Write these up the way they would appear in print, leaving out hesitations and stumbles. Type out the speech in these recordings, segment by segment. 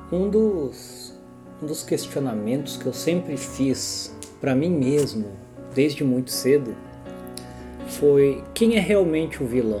Um dos questionamentos que eu sempre fiz para mim mesmo, desde muito cedo, foi quem é realmente o vilão?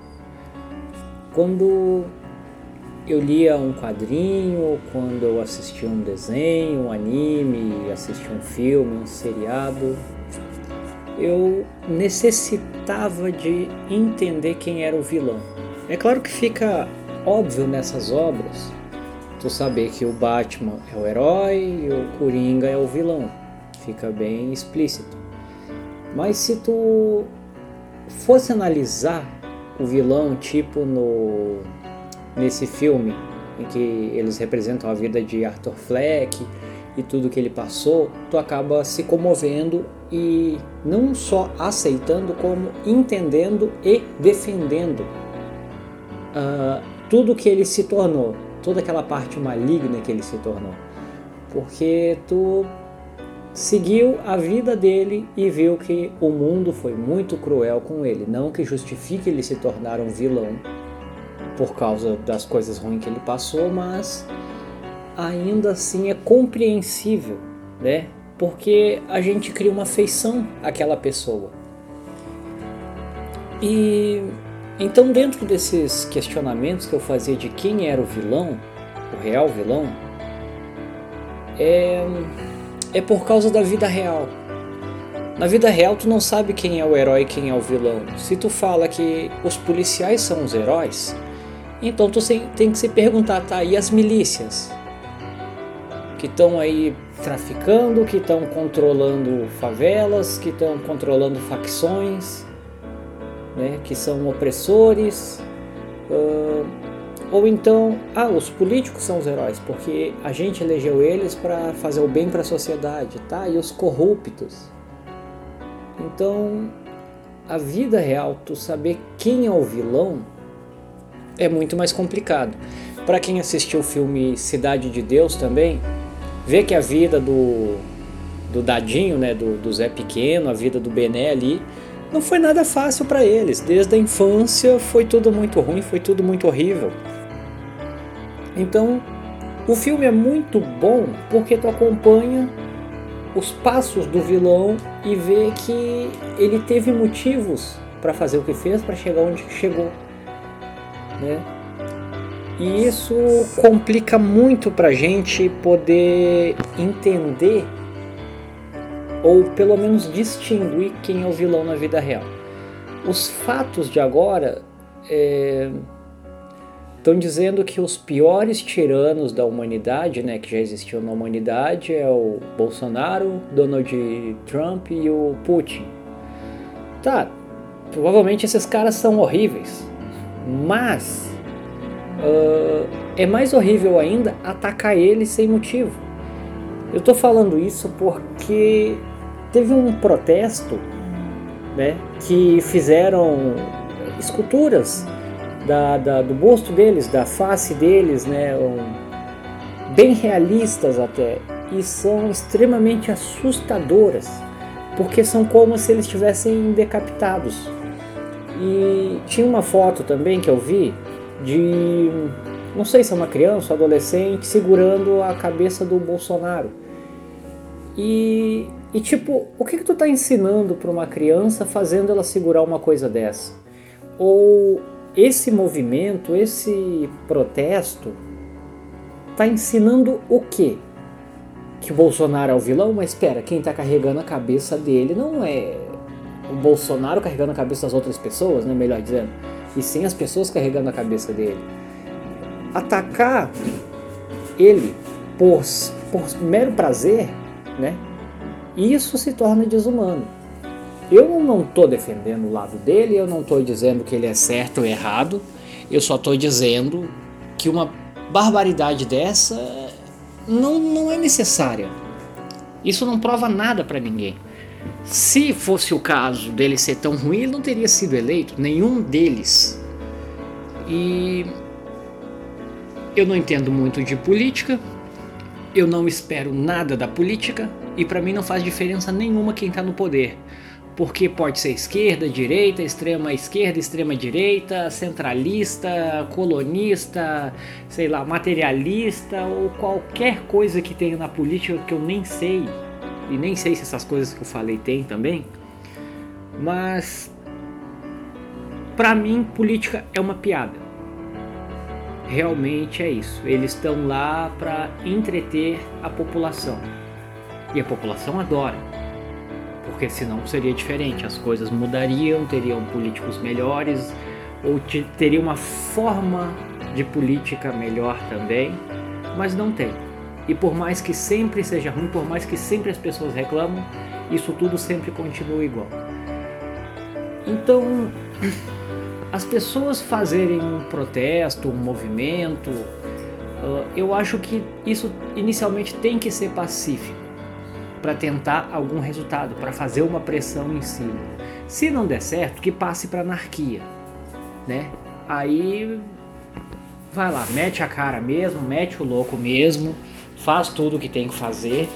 Quando eu lia um quadrinho, quando eu assistia um desenho, um anime, assistia um filme, um seriado, eu necessitava de entender quem era o vilão. É claro que fica óbvio nessas obras tu saber que o Batman é o herói e o Coringa é o vilão. Fica bem explícito. Mas se tu fosse analisar o vilão, tipo nesse filme em que eles representam a vida de Arthur Fleck e tudo que ele passou, tu acaba se comovendo e não só aceitando, como entendendo e defendendo tudo que ele se tornou, toda aquela parte maligna que ele se tornou, porque tu seguiu a vida dele e viu que o mundo foi muito cruel com ele. Não que justifique ele se tornar um vilão por causa das coisas ruins que ele passou, mas ainda assim é compreensível, né? Porque a gente cria uma afeição àquela pessoa. E então, dentro desses questionamentos que eu fazia de quem era o vilão, o real vilão, é por causa da vida real. Na vida real tu não sabe quem é o herói e quem é o vilão. Se tu fala que os policiais são os heróis, então tu tem que se perguntar, tá, e as milícias? Que estão aí traficando, que estão controlando favelas, que estão controlando facções, né, que são opressores, ou então, os políticos são os heróis, porque a gente elegeu eles para fazer o bem para a sociedade, tá? E os corruptos. Então, a vida real, tu saber quem é o vilão, é muito mais complicado. Para quem assistiu o filme Cidade de Deus também, vê que a vida do Dadinho, né, do Zé Pequeno, a vida do Bené ali, não foi nada fácil para eles. Desde a infância foi tudo muito ruim, foi tudo muito horrível. Então, o filme é muito bom porque tu acompanha os passos do vilão e vê que ele teve motivos para fazer o que fez, para chegar onde chegou, né? E isso complica muito pra gente poder entender ou pelo menos distinguir quem é o vilão na vida real. Os fatos de agora estão dizendo que os piores tiranos da humanidade, né, que já existiam na humanidade, é o Bolsonaro, Donald Trump e o Putin. Tá, provavelmente esses caras são horríveis, mas é mais horrível ainda atacar eles sem motivo. Eu tô falando isso porque teve um protesto, né, que fizeram esculturas do busto deles, da face deles, né, bem realistas até, e são extremamente assustadoras, porque são como se eles estivessem decapitados. E tinha uma foto também que eu vi de, não sei se é uma criança ou adolescente, segurando a cabeça do Bolsonaro. E tipo, o que tu tá ensinando para uma criança fazendo ela segurar uma coisa dessa? Ou esse movimento, esse protesto, tá ensinando o quê? Que o Bolsonaro é o vilão? Mas espera, quem tá carregando a cabeça dele não é o Bolsonaro carregando a cabeça das outras pessoas, né, melhor dizendo, e sim as pessoas carregando a cabeça dele. Atacar ele por mero prazer, né, isso se torna desumano. Eu não estou defendendo o lado dele, eu não estou dizendo que ele é certo ou errado, eu só estou dizendo que uma barbaridade dessa não é necessária. Isso não prova nada para ninguém. Se fosse o caso dele ser tão ruim, ele não teria sido eleito, nenhum deles. E eu não entendo muito de política, eu não espero nada da política, e para mim não faz diferença nenhuma quem está no poder. porque pode ser esquerda, direita, extrema direita, centralista, colonista, sei lá, materialista ou qualquer coisa que tenha na política que eu nem sei, e nem sei se essas coisas que eu falei tem também, mas pra mim política é uma piada. Realmente é isso, eles estão lá para entreter a população e a população adora. Porque senão seria diferente, as coisas mudariam, teriam políticos melhores, ou teria uma forma de política melhor também, mas não tem. E por mais que sempre seja ruim, por mais que sempre as pessoas reclamam, isso tudo sempre continua igual. Então, as pessoas fazerem um protesto, um movimento, eu acho que isso inicialmente tem que ser pacífico, para tentar algum resultado, para fazer uma pressão em cima. Se não der certo, que passe para anarquia, né? Aí vai lá, mete a cara mesmo, mete o louco mesmo, faz tudo o que tem que fazer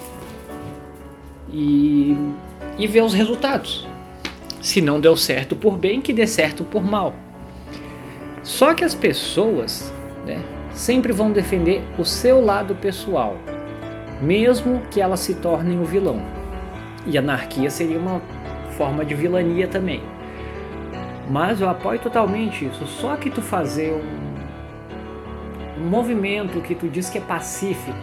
e vê os resultados. Se não deu certo por bem, que dê certo por mal. Só que as pessoas, né, sempre vão defender o seu lado pessoal, mesmo que elas se tornem o vilão. E anarquia seria uma forma de vilania também. Mas eu apoio totalmente isso. Só que tu fazer um movimento que tu diz que é pacífico,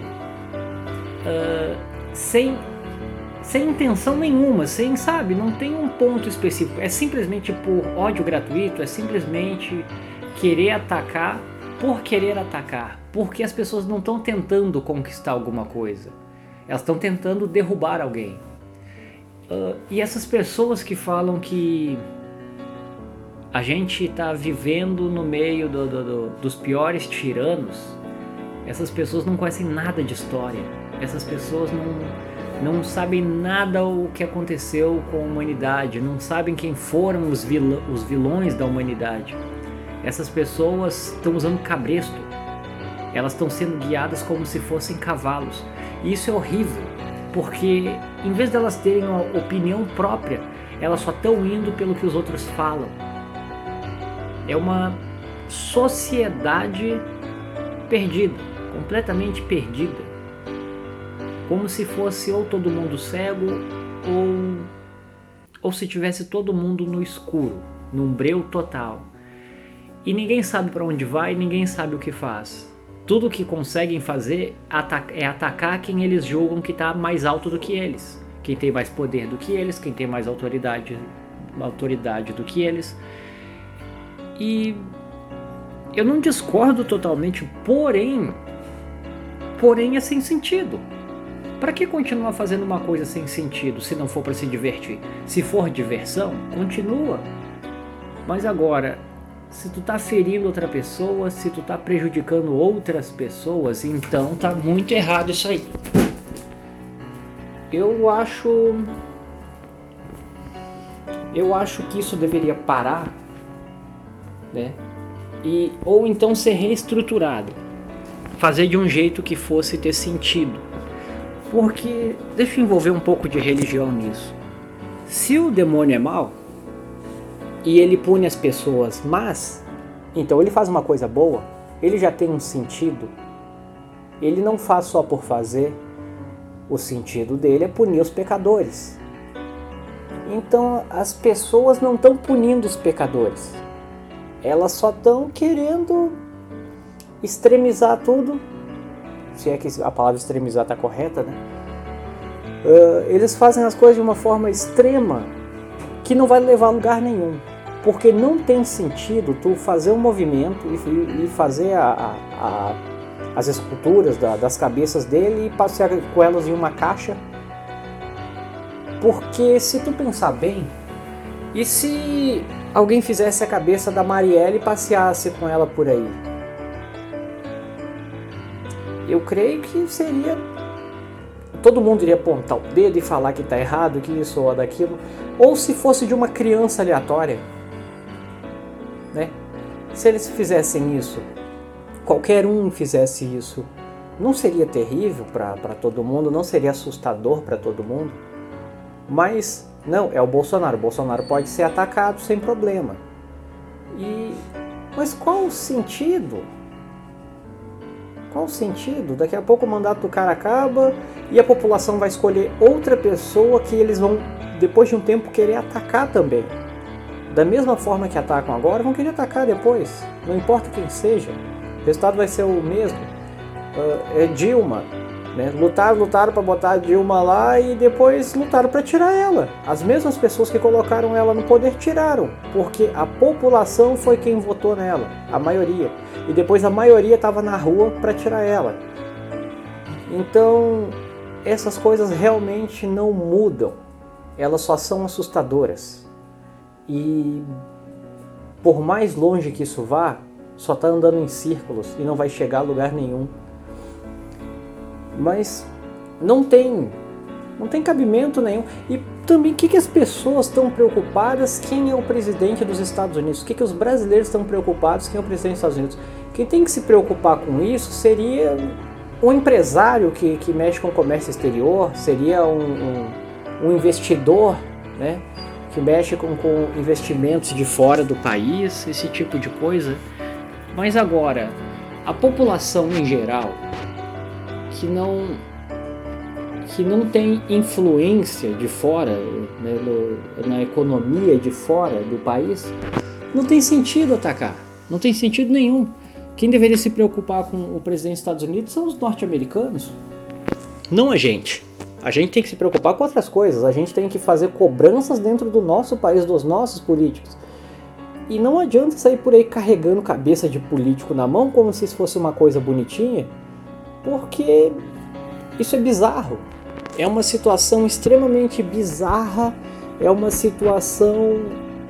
sem intenção nenhuma, sabe, não tem um ponto específico. É simplesmente por ódio gratuito, é simplesmente querer atacar por querer atacar, porque as pessoas não estão tentando conquistar alguma coisa, elas estão tentando derrubar alguém. E essas pessoas que falam que a gente está vivendo no meio dos piores tiranos, essas pessoas não conhecem nada de história, essas pessoas não sabem nada o que aconteceu com a humanidade, não sabem quem foram os vilões da humanidade. Essas pessoas estão usando cabresto, elas estão sendo guiadas como se fossem cavalos. E isso é horrível, porque em vez de elas terem uma opinião própria, elas só estão indo pelo que os outros falam. É uma sociedade perdida, completamente perdida. Como se fosse ou todo mundo cego, ou se tivesse todo mundo no escuro, num breu total. E ninguém sabe para onde vai, ninguém sabe o que faz. Tudo o que conseguem fazer é atacar quem eles julgam que está mais alto do que eles. Quem tem mais poder do que eles, quem tem mais autoridade do que eles. E eu não discordo totalmente, porém é sem sentido. Para que continuar fazendo uma coisa sem sentido se não for para se divertir? Se for diversão, continua. Mas agora, se tu tá ferindo outra pessoa, se tu tá prejudicando outras pessoas, então tá muito errado isso aí. Eu acho que isso deveria parar, né? Ou então ser reestruturado, fazer de um jeito que fosse ter sentido. Porque deixa eu envolver um pouco de religião nisso. Se o demônio é mau e ele pune as pessoas más, então ele faz uma coisa boa, ele já tem um sentido. Ele não faz só por fazer, o sentido dele é punir os pecadores. Então as pessoas não estão punindo os pecadores, elas só estão querendo extremizar tudo, se é que a palavra extremizar está correta, né? Eles fazem as coisas de uma forma extrema que não vai levar a lugar nenhum, porque não tem sentido tu fazer um movimento e fazer as esculturas das cabeças dele e passear com elas em uma caixa, porque se tu pensar bem, e se alguém fizesse a cabeça da Marielle e passeasse com ela por aí? Eu creio que seria... todo mundo iria apontar o dedo e falar que está errado, que isso ou daquilo. Ou se fosse de uma criança aleatória, né? Se eles fizessem isso, qualquer um fizesse isso, não seria terrível para todo mundo, não seria assustador para todo mundo? Mas Não, é o Bolsonaro. O Bolsonaro pode ser atacado sem problema. Mas qual o sentido? Qual o sentido? Daqui a pouco o mandato do cara acaba e a população vai escolher outra pessoa que eles vão, depois de um tempo, querer atacar também. Da mesma forma que atacam agora, vão querer atacar depois. Não importa quem seja. O resultado vai ser o mesmo. É Dilma. Né? Lutaram para botar a Dilma lá e depois lutaram para tirar ela. As mesmas pessoas que colocaram ela no poder tiraram, porque a população foi quem votou nela, a maioria. E depois a maioria estava na rua para tirar ela. Então, essas coisas realmente não mudam. Elas só são assustadoras. E por mais longe que isso vá, só está andando em círculos e não vai chegar a lugar nenhum. Mas não tem cabimento nenhum. E também, o que as pessoas estão preocupadas? Quem é o presidente dos Estados Unidos? O que os brasileiros estão preocupados? Quem é o presidente dos Estados Unidos? Quem tem que se preocupar com isso seria um empresário que mexe com comércio exterior, seria um investidor, né, que mexe com investimentos de fora do país, esse tipo de coisa. Mas agora, a população em geral, que não tem influência de fora, né, na economia de fora do país, não tem sentido atacar, não tem sentido nenhum. Quem deveria se preocupar com o presidente dos Estados Unidos são os norte-americanos, não a gente. A gente tem que se preocupar com outras coisas, a gente tem que fazer cobranças dentro do nosso país, dos nossos políticos. E não adianta sair por aí carregando cabeça de político na mão como se isso fosse uma coisa bonitinha, porque isso é bizarro. É uma situação extremamente bizarra, é uma situação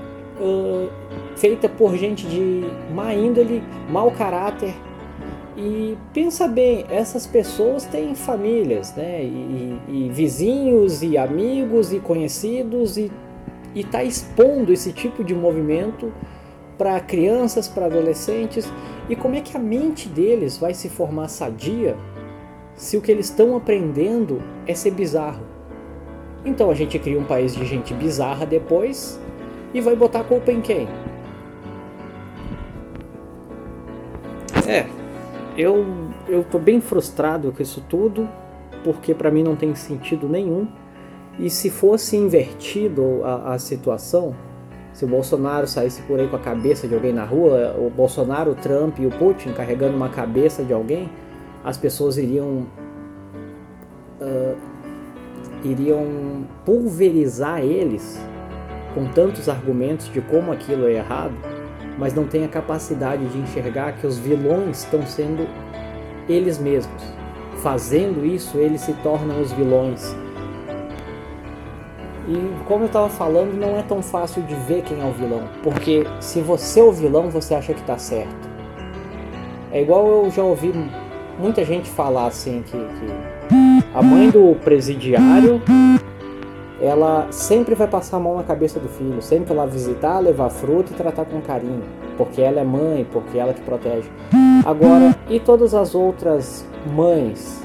feita por gente de má índole, mau caráter. E pensa bem, essas pessoas têm famílias, né? E vizinhos, e amigos, e conhecidos, e tá expondo esse tipo de movimento para crianças, para adolescentes. E como é que a mente deles vai se formar sadia se o que eles estão aprendendo é ser bizarro? Então a gente cria um país de gente bizarra depois e vai botar a culpa em quem? Eu tô bem frustrado com isso tudo, porque para mim não tem sentido nenhum. E se fosse invertido a situação, se o Bolsonaro saísse por aí com a cabeça de alguém na rua, o Bolsonaro, o Trump e o Putin carregando uma cabeça de alguém, as pessoas iriam pulverizar eles com tantos argumentos de como aquilo é errado, mas não tem a capacidade de enxergar que os vilões estão sendo eles mesmos. Fazendo isso, eles se tornam os vilões. E como eu estava falando, não é tão fácil de ver quem é o vilão, porque se você é o vilão, você acha que está certo. É igual eu já ouvi muita gente falar assim que a mãe do presidiário, ela sempre vai passar a mão na cabeça do filho, sempre lá visitar, levar fruta e tratar com carinho, porque ela é mãe, porque ela que protege. Agora, e todas as outras mães,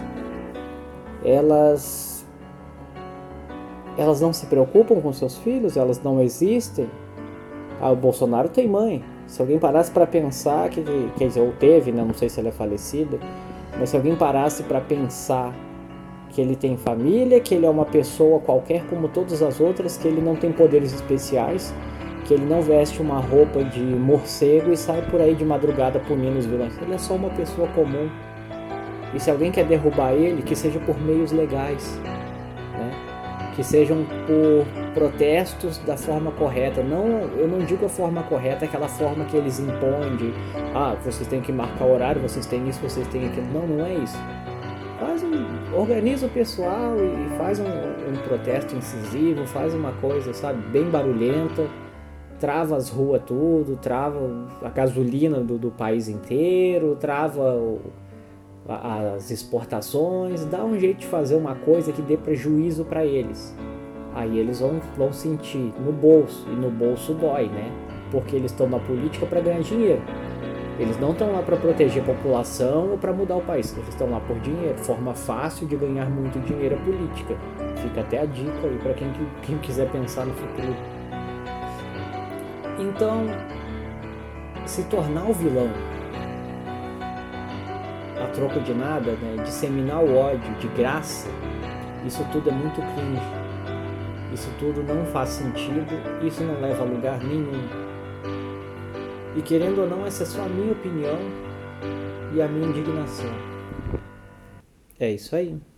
elas não se preocupam com seus filhos, elas não existem. O Bolsonaro tem mãe. Se alguém parasse para pensar, quer dizer, ou teve, né? Não sei se ela é falecida, mas se alguém parasse para pensar que ele tem família, que ele é uma pessoa qualquer como todas as outras, que ele não tem poderes especiais, que ele não veste uma roupa de morcego e sai por aí de madrugada punindo os vilões. Ele é só uma pessoa comum. E se alguém quer derrubar ele, que seja por meios legais, né? Que sejam por protestos da forma correta. Não, eu não digo a forma correta, aquela forma que eles impõem de vocês têm que marcar horário, vocês têm isso, vocês têm aquilo. Não é isso. Organiza o pessoal e faz um protesto incisivo, faz uma coisa, sabe, bem barulhenta, trava as ruas tudo, trava a gasolina do país inteiro, trava as exportações, dá um jeito de fazer uma coisa que dê prejuízo para eles. Aí eles vão sentir no bolso, e no bolso dói, né? Porque eles estão na política para ganhar dinheiro. Eles não estão lá para proteger a população ou para mudar o país. Eles estão lá por dinheiro. Forma fácil de ganhar muito dinheiro é política. Fica até a dica aí para quem quiser pensar no futuro. Então, se tornar o vilão a troco de nada, né? Disseminar o ódio de graça, isso tudo é muito cringe. Isso tudo não faz sentido, isso não leva a lugar nenhum. E querendo ou não, essa é só a minha opinião e a minha indignação. É isso aí.